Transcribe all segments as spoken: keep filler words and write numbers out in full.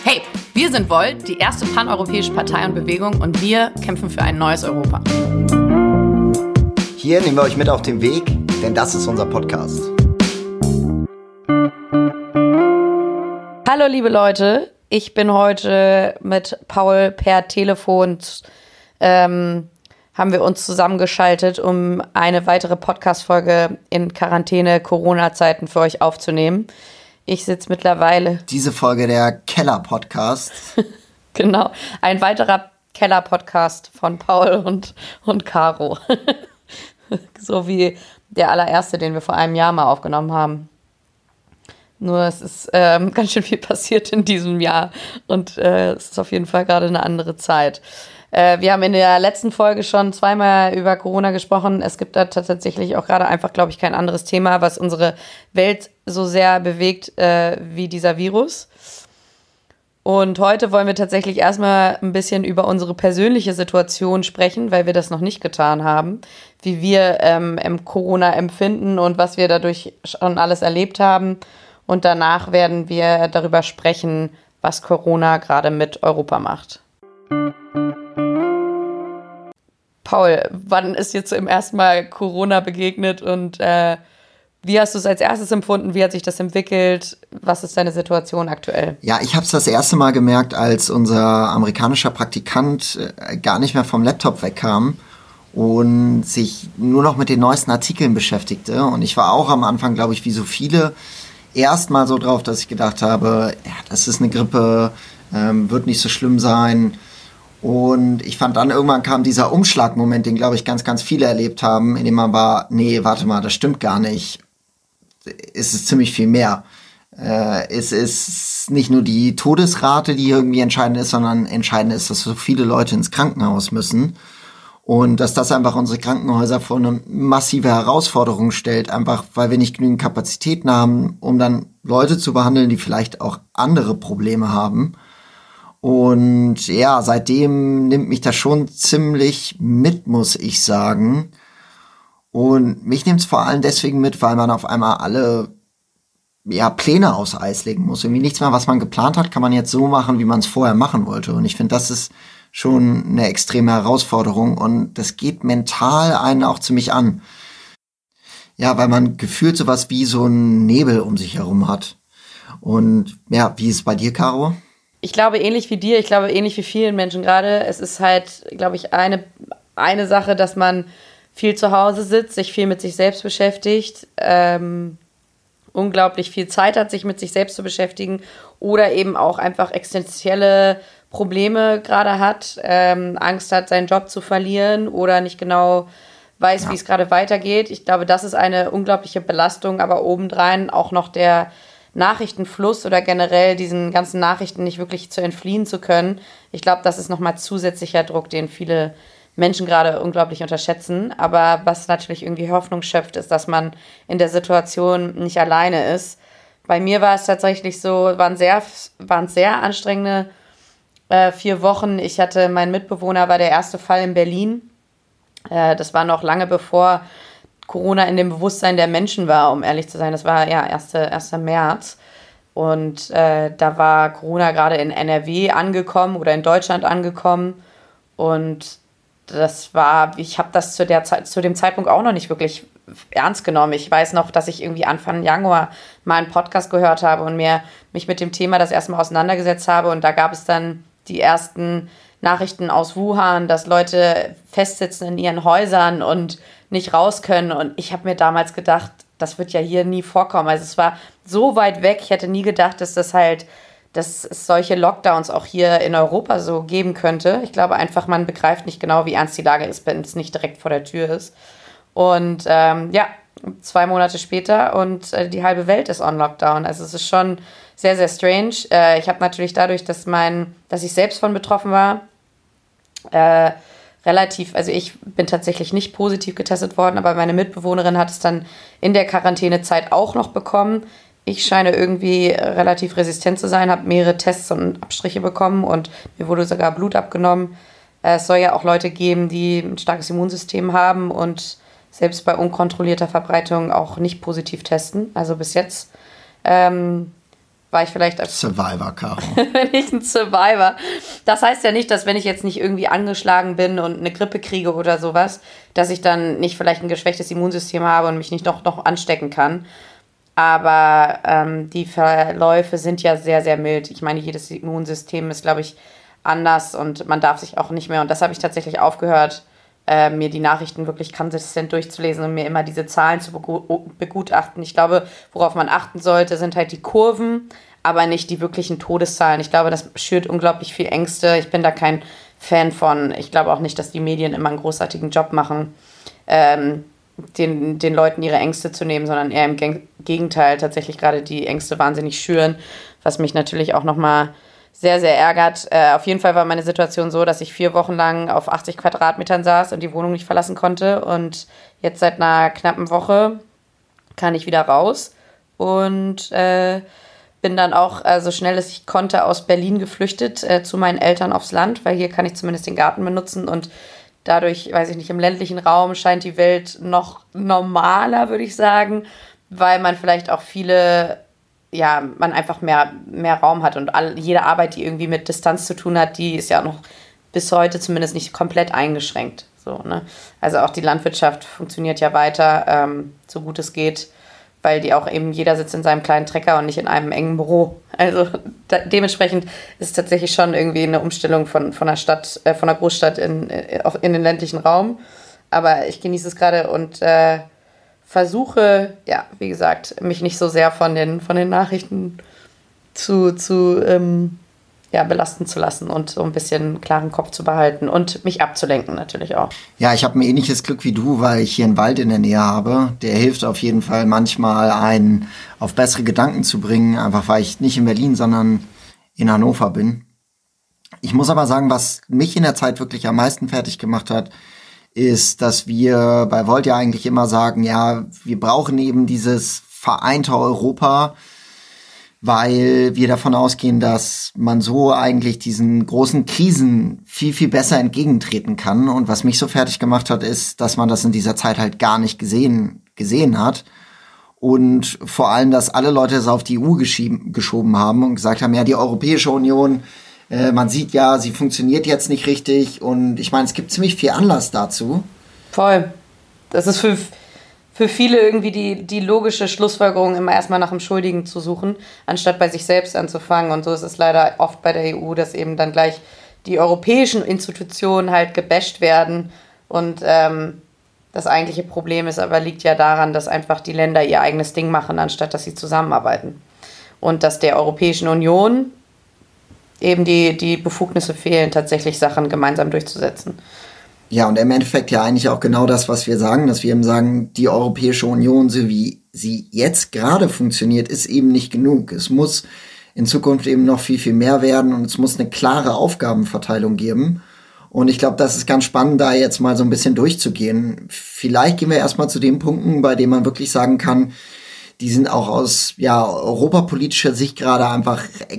Hey, wir sind Volt, die erste paneuropäische Partei und Bewegung, und wir kämpfen für ein neues Europa. Hier nehmen wir euch mit auf den Weg, denn das ist unser Podcast. Hallo liebe Leute, ich bin heute mit Paul per Telefon, ähm, haben wir uns zusammengeschaltet, um eine weitere Podcast-Folge in Quarantäne-Corona-Zeiten für euch aufzunehmen. Ich sitze mittlerweile... Diese Folge der Keller-Podcast. Genau, ein weiterer Keller-Podcast von Paul und, und Caro. So wie der allererste, den wir vor einem Jahr mal aufgenommen haben. Nur es ist ähm, ganz schön viel passiert in diesem Jahr und äh, es ist auf jeden Fall gerade eine andere Zeit. Äh, wir haben in der letzten Folge schon zweimal über Corona gesprochen. Es gibt da tatsächlich auch gerade einfach, glaube ich, kein anderes Thema, was unsere Welt so sehr bewegt äh, wie dieser Virus. Und heute wollen wir tatsächlich erstmal ein bisschen über unsere persönliche Situation sprechen, weil wir das noch nicht getan haben, wie wir ähm, im Corona empfinden und was wir dadurch schon alles erlebt haben. Und danach werden wir darüber sprechen, was Corona gerade mit Europa macht. Paul, wann ist dir zum ersten Mal Corona begegnet und äh, wie hast du es als erstes empfunden? Wie hat sich das entwickelt? Was ist deine Situation aktuell? Ja, ich habe es das erste Mal gemerkt, als unser amerikanischer Praktikant äh, gar nicht mehr vom Laptop wegkam und sich nur noch mit den neuesten Artikeln beschäftigte. Und ich war auch am Anfang, glaube ich, wie so viele, erstmal so drauf, dass ich gedacht habe, ja, das ist eine Grippe, ähm, wird nicht so schlimm sein. Und ich fand dann, irgendwann kam dieser Umschlagmoment, den, glaube ich, ganz, ganz viele erlebt haben, in dem man war, nee, warte mal, das stimmt gar nicht. Es ist ziemlich viel mehr. Äh, es ist nicht nur die Todesrate, die irgendwie entscheidend ist, sondern entscheidend ist, dass so viele Leute ins Krankenhaus müssen. Und dass das einfach unsere Krankenhäuser vor eine massive Herausforderung stellt, einfach weil wir nicht genügend Kapazitäten haben, um dann Leute zu behandeln, die vielleicht auch andere Probleme haben. Und ja, seitdem nimmt mich das schon ziemlich mit, muss ich sagen. Und mich nimmt es vor allem deswegen mit, weil man auf einmal alle ja, Pläne aufs Eis legen muss. Irgendwie nichts mehr, was man geplant hat, kann man jetzt so machen, wie man es vorher machen wollte. Und ich finde, das ist schon eine extreme Herausforderung. Und das geht mental einen auch ziemlich an. Ja, weil man gefühlt sowas wie so einen Nebel um sich herum hat. Und ja, wie ist es bei dir, Caro? Ich glaube, ähnlich wie dir, ich glaube, ähnlich wie vielen Menschen gerade, es ist halt, glaube ich, eine, eine Sache, dass man viel zu Hause sitzt, sich viel mit sich selbst beschäftigt, ähm, unglaublich viel Zeit hat, sich mit sich selbst zu beschäftigen oder eben auch einfach existenzielle Probleme gerade hat, ähm, Angst hat, seinen Job zu verlieren oder nicht genau weiß, ja. wie es gerade weitergeht. Ich glaube, das ist eine unglaubliche Belastung, aber obendrein auch noch der Nachrichtenfluss oder generell diesen ganzen Nachrichten nicht wirklich zu entfliehen zu können. Ich glaube, das ist nochmal zusätzlicher Druck, den viele Menschen gerade unglaublich unterschätzen. Aber was natürlich irgendwie Hoffnung schöpft, ist, dass man in der Situation nicht alleine ist. Bei mir war es tatsächlich so, waren sehr, waren sehr anstrengende äh, vier Wochen. Ich hatte, mein Mitbewohner war der erste Fall in Berlin. Äh, das war noch lange bevor Corona in dem Bewusstsein der Menschen war, um ehrlich zu sein. Das war ja erster März. Und äh, da war Corona gerade in N R W angekommen oder in Deutschland angekommen. Und das war, ich habe das zu, der Zeit, zu dem Zeitpunkt auch noch nicht wirklich ernst genommen. Ich weiß noch, dass ich irgendwie Anfang Januar mal einen Podcast gehört habe und mir, mich mit dem Thema das erste Mal auseinandergesetzt habe. Und da gab es dann die ersten Nachrichten aus Wuhan, dass Leute festsitzen in ihren Häusern und nicht raus können. Und ich habe mir damals gedacht, das wird ja hier nie vorkommen. Also es war so weit weg. Ich hätte nie gedacht, dass das halt, dass es solche Lockdowns auch hier in Europa so geben könnte. Ich glaube einfach, man begreift nicht genau, wie ernst die Lage ist, wenn es nicht direkt vor der Tür ist. Und ähm, ja, zwei Monate später und äh, die halbe Welt ist on Lockdown. Also es ist schon sehr, sehr strange. Äh, ich habe natürlich dadurch, dass mein, dass ich selbst von betroffen war, äh, relativ, also ich bin tatsächlich nicht positiv getestet worden, aber meine Mitbewohnerin hat es dann in der Quarantänezeit auch noch bekommen. Ich scheine irgendwie relativ resistent zu sein, habe mehrere Tests und Abstriche bekommen und mir wurde sogar Blut abgenommen. Es soll ja auch Leute geben, die ein starkes Immunsystem haben und selbst bei unkontrollierter Verbreitung auch nicht positiv testen. Also bis jetzt ähm, war ich vielleicht... Survivor, Caro. Bin ich ein Survivor. Das heißt ja nicht, dass wenn ich jetzt nicht irgendwie angeschlagen bin und eine Grippe kriege oder sowas, dass ich dann nicht vielleicht ein geschwächtes Immunsystem habe und mich nicht noch, noch anstecken kann. Aber ähm, die Verläufe sind ja sehr, sehr mild. Ich meine, jedes Immunsystem ist, glaube ich, anders und man darf sich auch nicht mehr, und das habe ich tatsächlich aufgehört, äh, mir die Nachrichten wirklich konsistent durchzulesen und mir immer diese Zahlen zu begu- begutachten. Ich glaube, worauf man achten sollte, sind halt die Kurven, aber nicht die wirklichen Todeszahlen. Ich glaube, das schürt unglaublich viel Ängste. Ich bin da kein Fan von. Ich glaube auch nicht, dass die Medien immer einen großartigen Job machen, ähm, den, den Leuten ihre Ängste zu nehmen, sondern eher im Gen- Gegenteil tatsächlich gerade die Ängste wahnsinnig schüren, was mich natürlich auch nochmal sehr, sehr ärgert. Äh, auf jeden Fall war meine Situation so, dass ich vier Wochen lang auf achtzig Quadratmetern saß und die Wohnung nicht verlassen konnte. Und jetzt seit einer knappen Woche kann ich wieder raus und äh, bin dann auch äh, so schnell, dass ich konnte, aus Berlin geflüchtet äh, zu meinen Eltern aufs Land, weil hier kann ich zumindest den Garten benutzen und dadurch, weiß ich nicht, im ländlichen Raum scheint die Welt noch normaler, würde ich sagen, weil man vielleicht auch viele... ja, man einfach mehr, mehr Raum hat und all, jede Arbeit, die irgendwie mit Distanz zu tun hat, die ist ja noch bis heute zumindest nicht komplett eingeschränkt. So, ne? Also auch die Landwirtschaft funktioniert ja weiter, ähm, so gut es geht, weil die auch eben, jeder sitzt in seinem kleinen Trecker und nicht in einem engen Büro. Also da, dementsprechend ist es tatsächlich schon irgendwie eine Umstellung von, von der Stadt, äh, von der Großstadt in, in den ländlichen Raum. Aber ich genieße es gerade und äh, versuche, ja, wie gesagt, mich nicht so sehr von den, von den Nachrichten zu, zu ähm, ja, belasten zu lassen und so ein bisschen einen klaren Kopf zu behalten und mich abzulenken natürlich auch. Ja, ich habe ein ähnliches Glück wie du, weil ich hier einen Wald in der Nähe habe. Der hilft auf jeden Fall manchmal, einen auf bessere Gedanken zu bringen, einfach weil ich nicht in Berlin, sondern in Hannover bin. Ich muss aber sagen, was mich in der Zeit wirklich am meisten fertig gemacht hat, ist, dass wir bei Volt ja eigentlich immer sagen, ja, wir brauchen eben dieses vereinte Europa, weil wir davon ausgehen, dass man so eigentlich diesen großen Krisen viel, viel besser entgegentreten kann. Und was mich so fertig gemacht hat, ist, dass man das in dieser Zeit halt gar nicht gesehen, gesehen hat. Und vor allem, dass alle Leute es auf die E U geschieben, geschoben haben und gesagt haben, ja, die Europäische Union, äh, man sieht ja, sie funktioniert jetzt nicht richtig. Und ich meine, es gibt ziemlich viel Anlass dazu. Voll. Das ist für, für viele irgendwie die, die logische Schlussfolgerung, immer erstmal nach dem Schuldigen zu suchen, anstatt bei sich selbst anzufangen. Und so ist es leider oft bei der E U, dass eben dann gleich die europäischen Institutionen halt gebasht werden. Und ähm, das eigentliche Problem ist aber, liegt ja daran, dass einfach die Länder ihr eigenes Ding machen, anstatt dass sie zusammenarbeiten. Und dass der Europäischen Union eben die, die Befugnisse fehlen, tatsächlich Sachen gemeinsam durchzusetzen. Ja, und im Endeffekt ja eigentlich auch genau das, was wir sagen, dass wir eben sagen, die Europäische Union, so wie sie jetzt gerade funktioniert, ist eben nicht genug. Es muss in Zukunft eben noch viel, viel mehr werden und es muss eine klare Aufgabenverteilung geben. Und ich glaube, das ist ganz spannend, da jetzt mal so ein bisschen durchzugehen. Vielleicht gehen wir erstmal zu den Punkten, bei denen man wirklich sagen kann, die sind auch aus ja europapolitischer Sicht gerade einfach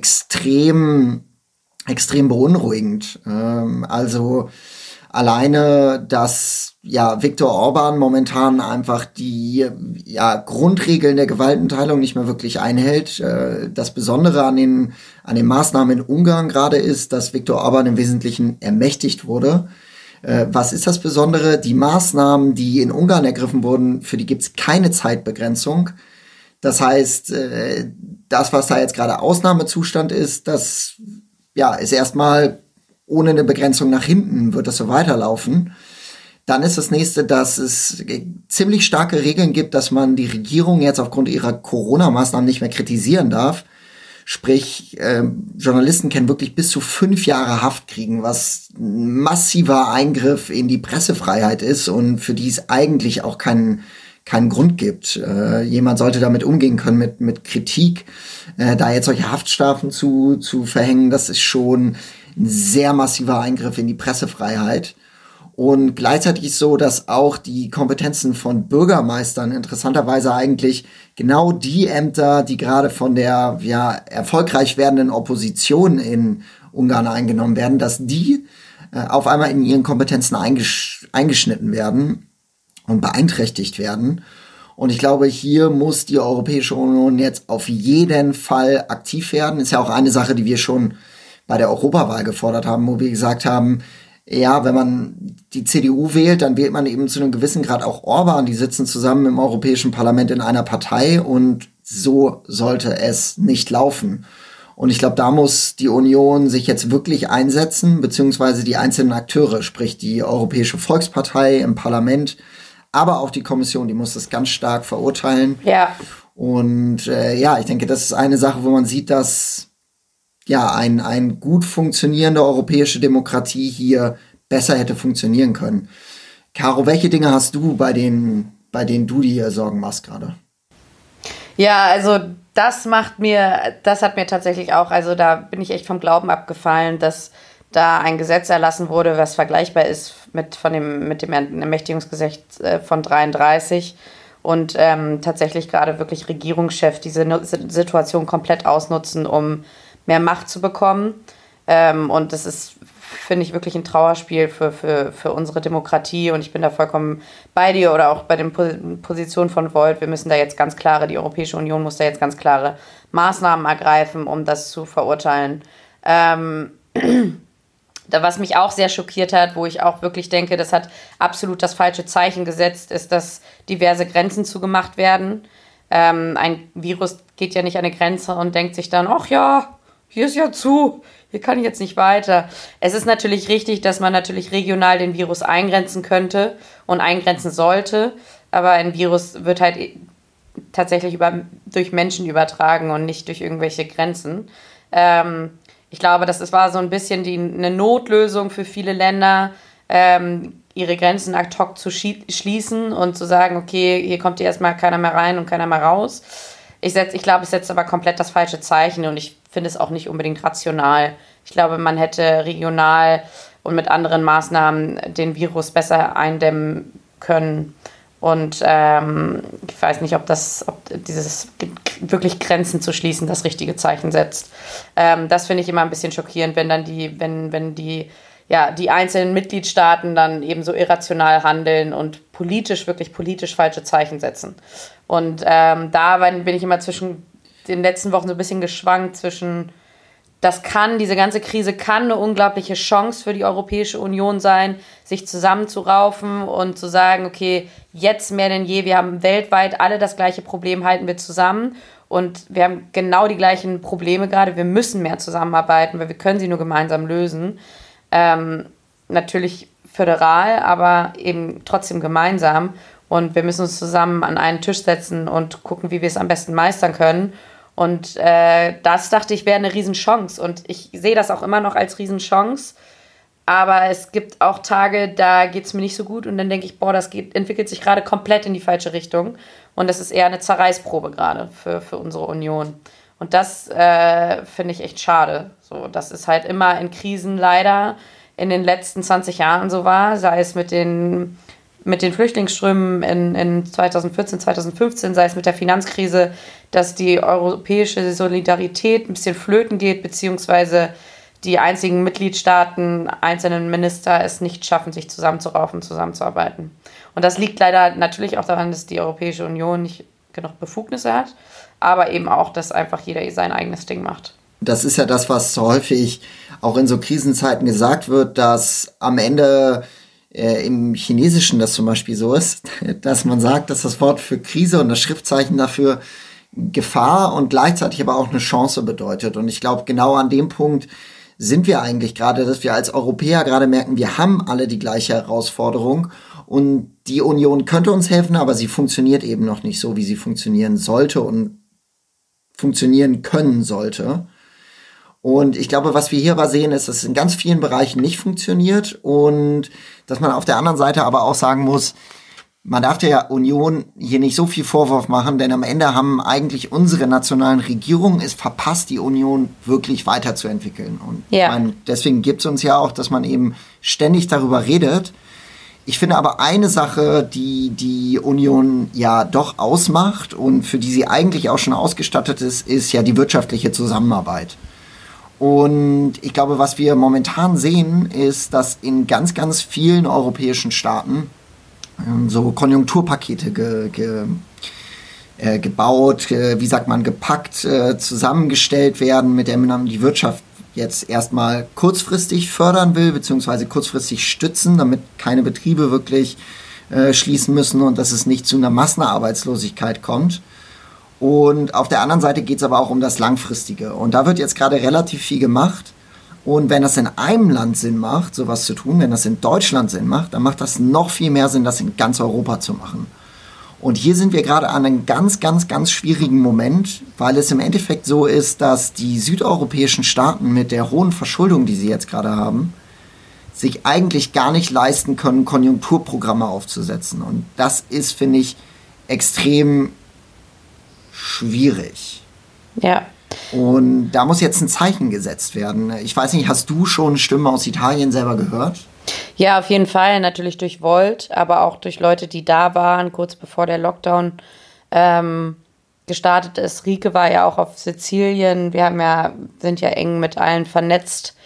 extrem, extrem beunruhigend. Ähm, also alleine, dass ja Viktor Orban momentan einfach die ja Grundregeln der Gewaltenteilung nicht mehr wirklich einhält. Äh, das Besondere an den an den Maßnahmen in Ungarn gerade ist, dass Viktor Orban im Wesentlichen ermächtigt wurde. Äh, was ist das Besondere? Die Maßnahmen, die in Ungarn ergriffen wurden, für die gibt es keine Zeitbegrenzung. Das heißt, äh, das, was da jetzt gerade Ausnahmezustand ist, das ja ist erstmal ohne eine Begrenzung nach hinten, wird das so weiterlaufen. Dann ist das nächste, dass es ziemlich starke Regeln gibt, dass man die Regierung jetzt aufgrund ihrer Corona-Maßnahmen nicht mehr kritisieren darf. Sprich, äh, Journalisten können wirklich bis zu fünf Jahre Haft kriegen, was ein massiver Eingriff in die Pressefreiheit ist und für die es eigentlich auch keinen keinen Grund gibt. Äh, jemand sollte damit umgehen können mit mit Kritik. Äh, da jetzt solche Haftstrafen zu zu verhängen, das ist schon ein sehr massiver Eingriff in die Pressefreiheit. Und gleichzeitig ist so, dass auch die Kompetenzen von Bürgermeistern interessanterweise eigentlich genau die Ämter, die gerade von der ja erfolgreich werdenden Opposition in Ungarn eingenommen werden, dass die äh, auf einmal in ihren Kompetenzen eingesch- eingeschnitten werden und beeinträchtigt werden. Und ich glaube, hier muss die Europäische Union jetzt auf jeden Fall aktiv werden. Ist ja auch eine Sache, die wir schon bei der Europawahl gefordert haben, wo wir gesagt haben, ja, wenn man die C D U wählt, dann wählt man eben zu einem gewissen Grad auch Orban. Die sitzen zusammen im Europäischen Parlament in einer Partei und so sollte es nicht laufen. Und ich glaube, da muss die Union sich jetzt wirklich einsetzen, beziehungsweise die einzelnen Akteure, sprich die Europäische Volkspartei im Parlament, aber auch die Kommission, die muss das ganz stark verurteilen. Ja. Und äh, ja, ich denke, das ist eine Sache, wo man sieht, dass ja ein, ein gut funktionierende europäische Demokratie hier besser hätte funktionieren können. Caro, welche Dinge hast du, bei denen, bei denen du dir Sorgen machst gerade? Ja, also das macht mir, das hat mir tatsächlich auch, also da bin ich echt vom Glauben abgefallen, dass da ein Gesetz erlassen wurde, was vergleichbar ist mit, von dem, mit dem Ermächtigungsgesetz von dreiunddreißig und ähm, tatsächlich gerade wirklich Regierungschefs diese Situation komplett ausnutzen, um mehr Macht zu bekommen. Ähm, und das ist, finde ich, wirklich ein Trauerspiel für, für, für unsere Demokratie. Und ich bin da vollkommen bei dir oder auch bei den Positionen von Volt. Wir müssen da jetzt ganz klare, die Europäische Union muss da jetzt ganz klare Maßnahmen ergreifen, um das zu verurteilen. Ähm, da, was mich auch sehr schockiert hat, wo ich auch wirklich denke, das hat absolut das falsche Zeichen gesetzt, ist, dass diverse Grenzen zugemacht werden. Ähm, ein Virus geht ja nicht an eine Grenze und denkt sich dann, ach ja, hier ist ja zu, hier kann ich jetzt nicht weiter. Es ist natürlich richtig, dass man natürlich regional den Virus eingrenzen könnte und eingrenzen sollte, aber ein Virus wird halt tatsächlich über, durch Menschen übertragen und nicht durch irgendwelche Grenzen. Ähm, ich glaube, das war so ein bisschen die, eine Notlösung für viele Länder, ähm, ihre Grenzen ad hoc zu schie- schließen und zu sagen, okay, hier kommt hier erstmal keiner mehr rein und keiner mehr raus. Ich, setz, ich glaube, es setzt aber komplett das falsche Zeichen und ich finde es auch nicht unbedingt rational. Ich glaube, man hätte regional und mit anderen Maßnahmen den Virus besser eindämmen können. Und ähm, ich weiß nicht, ob das, ob dieses wirklich Grenzen zu schließen das richtige Zeichen setzt. Ähm, das finde ich immer ein bisschen schockierend, wenn dann die, wenn, wenn die, ja, die einzelnen Mitgliedstaaten dann eben so irrational handeln und politisch, wirklich politisch falsche Zeichen setzen. Und ähm, da bin ich immer zwischen den letzten Wochen so ein bisschen geschwankt zwischen, das kann, diese ganze Krise kann eine unglaubliche Chance für die Europäische Union sein, sich zusammenzuraufen und zu sagen, okay, jetzt mehr denn je, wir haben weltweit alle das gleiche Problem, halten wir zusammen und wir haben genau die gleichen Probleme gerade, wir müssen mehr zusammenarbeiten, weil wir können sie nur gemeinsam lösen. Ähm, natürlich föderal, aber eben trotzdem gemeinsam. Und wir müssen uns zusammen an einen Tisch setzen und gucken, wie wir es am besten meistern können. Und äh, das dachte ich, wäre eine Riesenchance. Und ich sehe das auch immer noch als Riesenchance. Aber es gibt auch Tage, da geht es mir nicht so gut. Und dann denke ich, boah, das geht, entwickelt sich gerade komplett in die falsche Richtung. Und das ist eher eine Zerreißprobe gerade für, für unsere Union. Und das äh, finde ich echt schade. So, das ist halt immer in Krisen leider in den letzten zwanzig Jahren so war. Sei es mit den... mit den Flüchtlingsströmen in, in zweitausendvierzehn, zweitausendfünfzehn, sei es mit der Finanzkrise, dass die europäische Solidarität ein bisschen flöten geht, beziehungsweise die einzigen Mitgliedstaaten, einzelnen Minister es nicht schaffen, sich zusammenzuraufen, zusammenzuarbeiten. Und das liegt leider natürlich auch daran, dass die Europäische Union nicht genug Befugnisse hat, aber eben auch, dass einfach jeder sein eigenes Ding macht. Das ist ja das, was häufig auch in so Krisenzeiten gesagt wird, dass am Ende Äh, im Chinesischen das zum Beispiel so ist, dass man sagt, dass das Wort für Krise und das Schriftzeichen dafür Gefahr und gleichzeitig aber auch eine Chance bedeutet. Und ich glaube, genau an dem Punkt sind wir eigentlich gerade, dass wir als Europäer gerade merken, wir haben alle die gleiche Herausforderung und die Union könnte uns helfen, aber sie funktioniert eben noch nicht so, wie sie funktionieren sollte und funktionieren können sollte. Und ich glaube, was wir hier aber sehen, ist, dass es in ganz vielen Bereichen nicht funktioniert und dass man auf der anderen Seite aber auch sagen muss, man darf der Union hier nicht so viel Vorwurf machen, denn am Ende haben eigentlich unsere nationalen Regierungen es verpasst, die Union wirklich weiterzuentwickeln. Und ja. ich meine, deswegen gibt es uns ja auch, dass man eben ständig darüber redet. Ich finde aber eine Sache, die die Union ja doch ausmacht und für die sie eigentlich auch schon ausgestattet ist, ist ja die wirtschaftliche Zusammenarbeit. Und ich glaube, was wir momentan sehen, ist, dass in ganz, ganz vielen europäischen Staaten ähm, so Konjunkturpakete ge, ge, äh, gebaut, äh, wie sagt man, gepackt, äh, zusammengestellt werden, mit der man die Wirtschaft jetzt erstmal kurzfristig fördern will, beziehungsweise kurzfristig stützen, damit keine Betriebe wirklich äh, schließen müssen und dass es nicht zu einer Massenarbeitslosigkeit kommt. Und auf der anderen Seite geht es aber auch um das Langfristige. Und da wird jetzt gerade relativ viel gemacht. Und wenn das in einem Land Sinn macht, sowas zu tun, wenn das in Deutschland Sinn macht, dann macht das noch viel mehr Sinn, das in ganz Europa zu machen. Und hier sind wir gerade an einem ganz, ganz, ganz schwierigen Moment, weil es im Endeffekt so ist, dass die südeuropäischen Staaten mit der hohen Verschuldung, die sie jetzt gerade haben, sich eigentlich gar nicht leisten können, Konjunkturprogramme aufzusetzen. Und das ist, finde ich, extrem schwierig. Ja. Und da muss jetzt ein Zeichen gesetzt werden. Ich weiß nicht, hast du schon Stimmen aus Italien selber gehört? Ja, auf jeden Fall, natürlich durch Volt, aber auch durch Leute, die da waren, kurz bevor der Lockdown ähm, gestartet ist. Rike war ja auch auf Sizilien. Wir haben ja, sind ja eng mit allen vernetzt,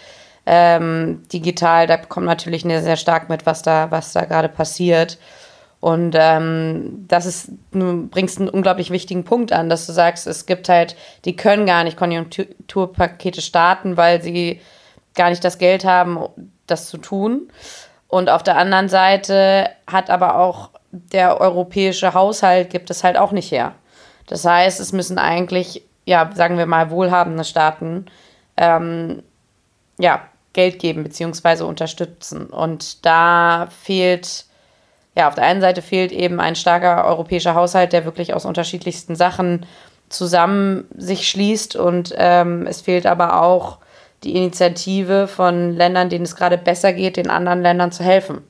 ähm, digital. Da bekommt natürlich sehr, sehr stark mit, was da, was da gerade passiert. Und ähm, das ist, du bringst einen unglaublich wichtigen Punkt an, dass du sagst, es gibt halt, die können gar nicht Konjunkturpakete starten, weil sie gar nicht das Geld haben, das zu tun. Und auf der anderen Seite hat aber auch der europäische Haushalt, gibt es halt auch nicht her. Das heißt, es müssen eigentlich, ja, sagen wir mal, wohlhabende Staaten ähm, ja, Geld geben bzw. unterstützen. Und da fehlt, ja, auf der einen Seite fehlt eben ein starker europäischer Haushalt, der wirklich aus unterschiedlichsten Sachen zusammen sich schließt. Und ähm, es fehlt aber auch die Initiative von Ländern, denen es gerade besser geht, den anderen Ländern zu helfen.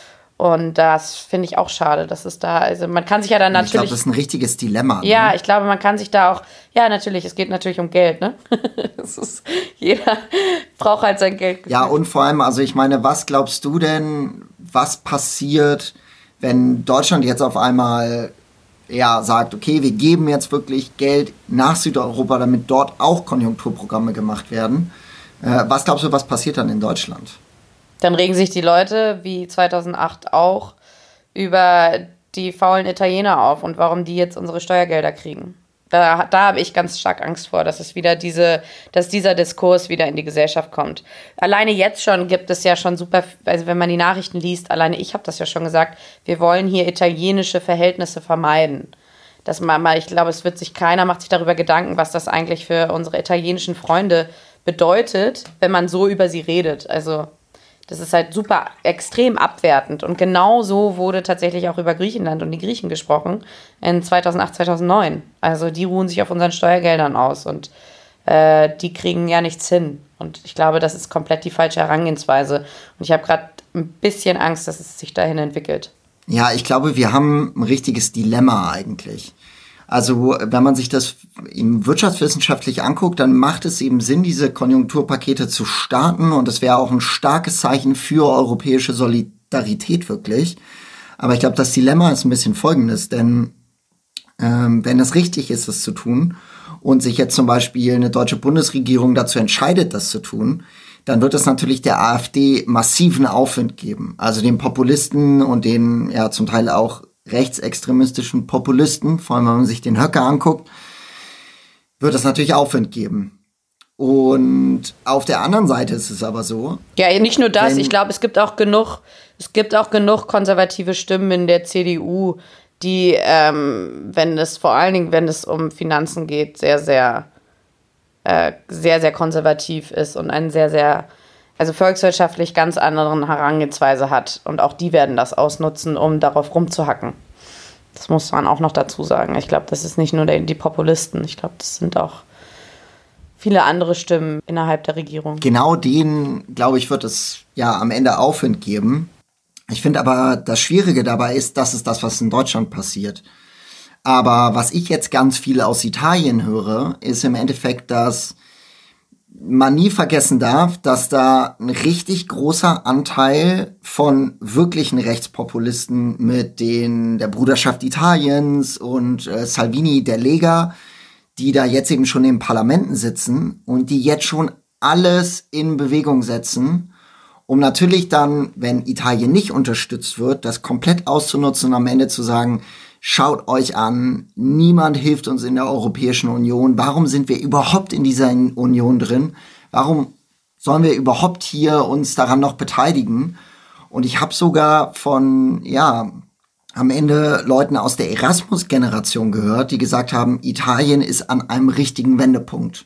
Und das finde ich auch schade, dass es da, also man kann sich ja dann natürlich... Ich glaube, das ist ein richtiges Dilemma. Ja, ne? Ich glaube, man kann sich da auch, ja, natürlich, es geht natürlich um Geld, ne? Es ist, jeder braucht halt sein Geld. Ja, und vor allem, also ich meine, was glaubst du denn, was passiert, wenn Deutschland jetzt auf einmal ja, sagt, okay, wir geben jetzt wirklich Geld nach Südeuropa, damit dort auch Konjunkturprogramme gemacht werden? Äh, was glaubst du, was passiert dann in Deutschland? Dann regen sich die Leute, wie zweitausendacht auch, über die faulen Italiener auf und warum die jetzt unsere Steuergelder kriegen. Da, da habe ich ganz stark Angst vor, dass es wieder diese, dass dieser Diskurs wieder in die Gesellschaft kommt. Alleine jetzt schon gibt es ja schon super, also wenn man die Nachrichten liest, alleine ich habe das ja schon gesagt, wir wollen hier italienische Verhältnisse vermeiden. Dass man mal, ich glaube, es wird sich keiner macht sich darüber Gedanken, was das eigentlich für unsere italienischen Freunde bedeutet, wenn man so über sie redet. Also das ist halt super extrem abwertend. Und genau so wurde tatsächlich auch über Griechenland und die Griechen gesprochen in zweitausendacht, zweitausendneun. Also die ruhen sich auf unseren Steuergeldern aus und äh, die kriegen ja nichts hin. Und ich glaube, das ist komplett die falsche Herangehensweise. Und ich habe gerade ein bisschen Angst, dass es sich dahin entwickelt. Ja, ich glaube, wir haben ein richtiges Dilemma eigentlich. Also wenn man sich das eben wirtschaftswissenschaftlich anguckt, dann macht es eben Sinn, diese Konjunkturpakete zu starten. Und das wäre auch ein starkes Zeichen für europäische Solidarität wirklich. Aber ich glaube, das Dilemma ist ein bisschen folgendes. Denn ähm, wenn es richtig ist, das zu tun und sich jetzt zum Beispiel eine deutsche Bundesregierung dazu entscheidet, das zu tun, dann wird es natürlich der AfD massiven Aufwind geben. Also den Populisten und den ja zum Teil auch rechtsextremistischen Populisten, vor allem wenn man sich den Höcke anguckt, wird es natürlich Aufwind geben. Und auf der anderen Seite ist es aber so. Ja, nicht nur das, ich glaube, es gibt auch genug, es gibt auch genug konservative Stimmen in der C D U, die, ähm, wenn es vor allen Dingen, wenn es um Finanzen geht, sehr, sehr, äh, sehr, sehr konservativ ist und einen sehr, sehr, also volkswirtschaftlich ganz anderen Herangehensweise hat. Und auch die werden das ausnutzen, um darauf rumzuhacken. Das muss man auch noch dazu sagen. Ich glaube, das ist nicht nur die Populisten. Ich glaube, das sind auch viele andere Stimmen innerhalb der Regierung. Genau denen, glaube ich, wird es ja am Ende Aufwind geben. Ich finde aber, das Schwierige dabei ist, das ist das, was in Deutschland passiert. Aber was ich jetzt ganz viel aus Italien höre, ist im Endeffekt, dass man nie vergessen darf, dass da ein richtig großer Anteil von wirklichen Rechtspopulisten mit den der Bruderschaft Italiens und äh, Salvini der Lega, die da jetzt eben schon in Parlamenten sitzen und die jetzt schon alles in Bewegung setzen, um natürlich dann, wenn Italien nicht unterstützt wird, das komplett auszunutzen und am Ende zu sagen, schaut euch an, niemand hilft uns in der Europäischen Union. Warum sind wir überhaupt in dieser Union drin? Warum sollen wir überhaupt hier uns daran noch beteiligen? Und ich habe sogar von, ja, am Ende Leuten aus der Erasmus-Generation gehört, die gesagt haben, Italien ist an einem richtigen Wendepunkt.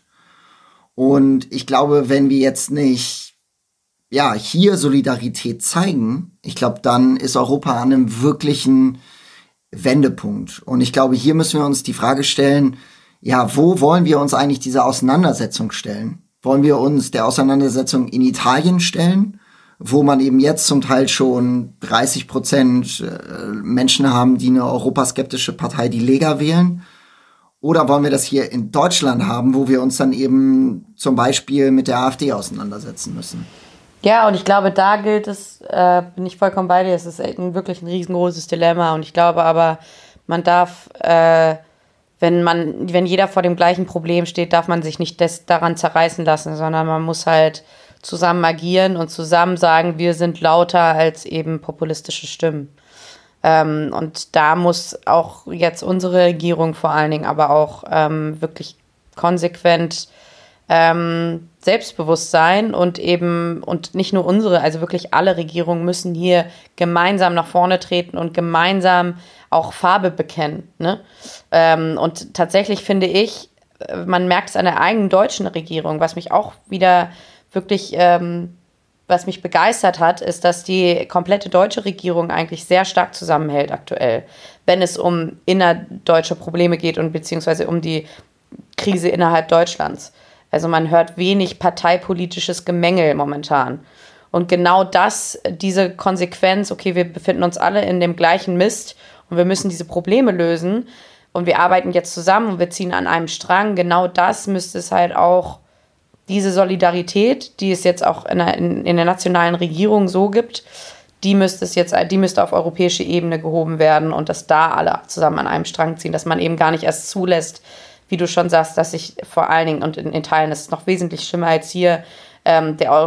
Und ich glaube, wenn wir jetzt nicht, ja, hier Solidarität zeigen, ich glaube, dann ist Europa an einem wirklichen Wendepunkt. Und ich glaube, hier müssen wir uns die Frage stellen, ja, wo wollen wir uns eigentlich diese Auseinandersetzung stellen? Wollen wir uns der Auseinandersetzung in Italien stellen, wo man eben jetzt zum Teil schon dreißig Prozent Menschen haben, die eine europaskeptische Partei, die Lega wählen? Oder wollen wir das hier in Deutschland haben, wo wir uns dann eben zum Beispiel mit der AfD auseinandersetzen müssen? Ja, und ich glaube, da gilt es, äh, bin ich vollkommen bei dir, es ist ein, wirklich ein riesengroßes Dilemma. Und ich glaube aber, man darf, äh, wenn man, wenn jeder vor dem gleichen Problem steht, darf man sich nicht des, daran zerreißen lassen, sondern man muss halt zusammen agieren und zusammen sagen, wir sind lauter als eben populistische Stimmen. Ähm, und da muss auch jetzt unsere Regierung vor allen Dingen aber auch ähm, wirklich konsequent ähm, selbstbewusst sein und eben, und nicht nur unsere, also wirklich alle Regierungen müssen hier gemeinsam nach vorne treten und gemeinsam auch Farbe bekennen. Ne? Ähm, und tatsächlich finde ich, man merkt es an der eigenen deutschen Regierung, was mich auch wieder wirklich, ähm, was mich begeistert hat, ist, dass die komplette deutsche Regierung eigentlich sehr stark zusammenhält aktuell, wenn es um innerdeutsche Probleme geht und beziehungsweise um die Krise innerhalb Deutschlands. Also man hört wenig parteipolitisches Gemängel momentan. Und genau das, diese Konsequenz, okay, wir befinden uns alle in dem gleichen Mist und wir müssen diese Probleme lösen und wir arbeiten jetzt zusammen und wir ziehen an einem Strang, genau das müsste es halt auch, diese Solidarität, die es jetzt auch in der, in, in der nationalen Regierung so gibt, die müsste es jetzt, die müsste auf europäische Ebene gehoben werden und dass da alle zusammen an einem Strang ziehen, dass man eben gar nicht erst zulässt, wie du schon sagst, dass sich vor allen Dingen, und in, in Teilen ist es noch wesentlich schlimmer als hier, ähm, der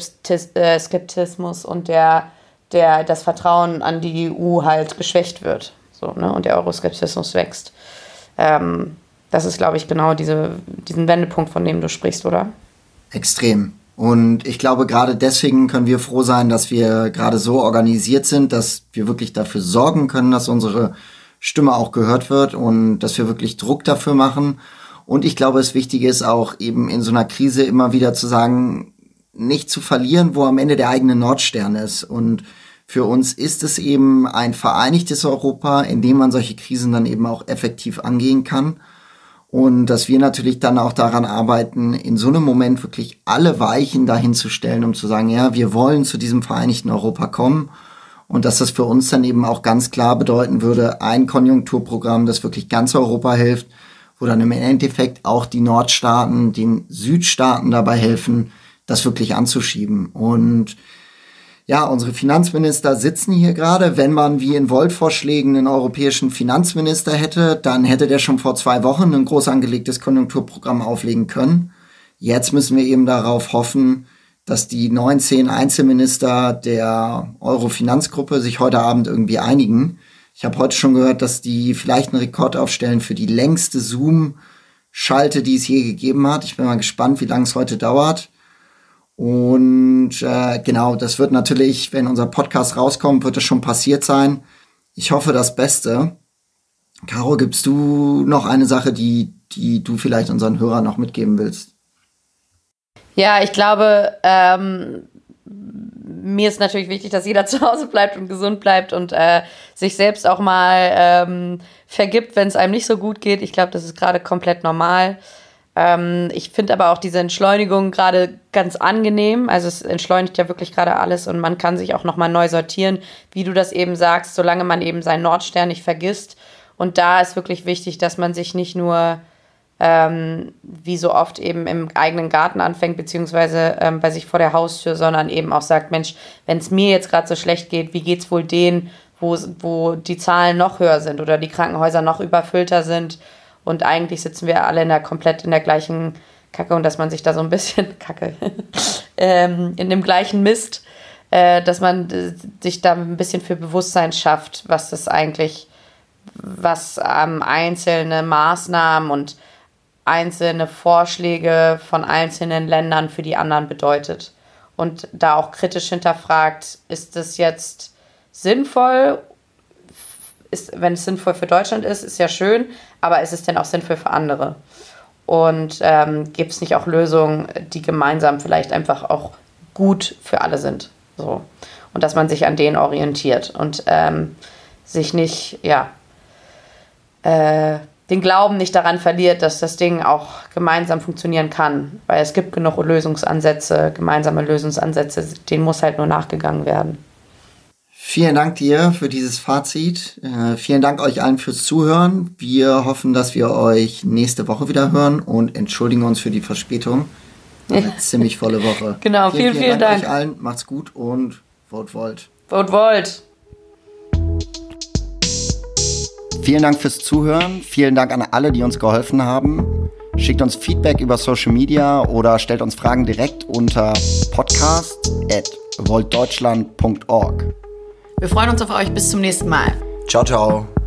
Euroskeptismus und der, der, das Vertrauen an die E U halt geschwächt wird. So, ne? Und der Euroskeptismus wächst. Ähm, das ist, glaube ich, genau diese, diesen Wendepunkt, von dem du sprichst, oder? Extrem. Und ich glaube, gerade deswegen können wir froh sein, dass wir gerade so organisiert sind, dass wir wirklich dafür sorgen können, dass unsere Stimme auch gehört wird und dass wir wirklich Druck dafür machen. Und ich glaube, das Wichtige ist auch eben in so einer Krise immer wieder zu sagen, nicht zu verlieren, wo am Ende der eigene Nordstern ist. Und für uns ist es eben ein vereinigtes Europa, in dem man solche Krisen dann eben auch effektiv angehen kann. Und dass wir natürlich dann auch daran arbeiten, in so einem Moment wirklich alle Weichen dahin zu stellen, um zu sagen, ja, wir wollen zu diesem vereinigten Europa kommen. Und dass das für uns dann eben auch ganz klar bedeuten würde, ein Konjunkturprogramm, das wirklich ganz Europa hilft, wo dann im Endeffekt auch die Nordstaaten, den Südstaaten dabei helfen, das wirklich anzuschieben. Und ja, unsere Finanzminister sitzen hier gerade. Wenn man wie in Volt-Vorschlägen einen europäischen Finanzminister hätte, dann hätte der schon vor zwei Wochen ein groß angelegtes Konjunkturprogramm auflegen können. Jetzt müssen wir eben darauf hoffen, dass die neunzehn Einzelminister der Euro-Finanzgruppe sich heute Abend irgendwie einigen. Ich habe heute schon gehört, dass die vielleicht einen Rekord aufstellen für die längste Zoom-Schalte, die es je gegeben hat. Ich bin mal gespannt, wie lange es heute dauert. Und äh, genau, das wird natürlich, wenn unser Podcast rauskommt, wird es schon passiert sein. Ich hoffe das Beste. Caro, gibst du noch eine Sache, die, die du vielleicht unseren Hörern noch mitgeben willst? Ja, ich glaube, ähm, mir ist natürlich wichtig, dass jeder zu Hause bleibt und gesund bleibt und äh, sich selbst auch mal ähm, vergibt, wenn es einem nicht so gut geht. Ich glaube, das ist gerade komplett normal. Ähm, ich finde aber auch diese Entschleunigung gerade ganz angenehm. Also es entschleunigt ja wirklich gerade alles und man kann sich auch nochmal neu sortieren, wie du das eben sagst, solange man eben seinen Nordstern nicht vergisst. Und da ist wirklich wichtig, dass man sich nicht nur ähm, wie so oft eben im eigenen Garten anfängt, beziehungsweise ähm, bei sich vor der Haustür, sondern eben auch sagt, Mensch, wenn es mir jetzt gerade so schlecht geht, wie geht's wohl denen, wo, wo die Zahlen noch höher sind oder die Krankenhäuser noch überfüllter sind. Und eigentlich sitzen wir alle in der komplett in der gleichen Kacke und dass man sich da so ein bisschen Kacke ähm, in dem gleichen Mist, äh, dass man äh, sich da ein bisschen für Bewusstsein schafft, was das eigentlich was ähm, einzelne Maßnahmen und einzelne Vorschläge von einzelnen Ländern für die anderen bedeutet. Und da auch kritisch hinterfragt, ist es jetzt sinnvoll, ist, wenn es sinnvoll für Deutschland ist, ist ja schön, aber ist es denn auch sinnvoll für andere? Und ähm, gibt es nicht auch Lösungen, die gemeinsam vielleicht einfach auch gut für alle sind? So. Und dass man sich an denen orientiert und ähm, sich nicht, ja, äh, den Glauben nicht daran verliert, dass das Ding auch gemeinsam funktionieren kann. Weil es gibt genug Lösungsansätze, gemeinsame Lösungsansätze, denen muss halt nur nachgegangen werden. Vielen Dank dir für dieses Fazit. Äh, vielen Dank euch allen fürs Zuhören. Wir hoffen, dass wir euch nächste Woche wieder hören und entschuldigen uns für die Verspätung. Eine ziemlich volle Woche. Genau, vielen, vielen, vielen Dank. Dank euch allen. Macht's gut und vote Volt. Vote Volt. Vielen Dank fürs Zuhören. Vielen Dank an alle, die uns geholfen haben. Schickt uns Feedback über Social Media oder stellt uns Fragen direkt unter podcast at voltdeutschland punkt org. Wir freuen uns auf euch. Bis zum nächsten Mal. Ciao, ciao.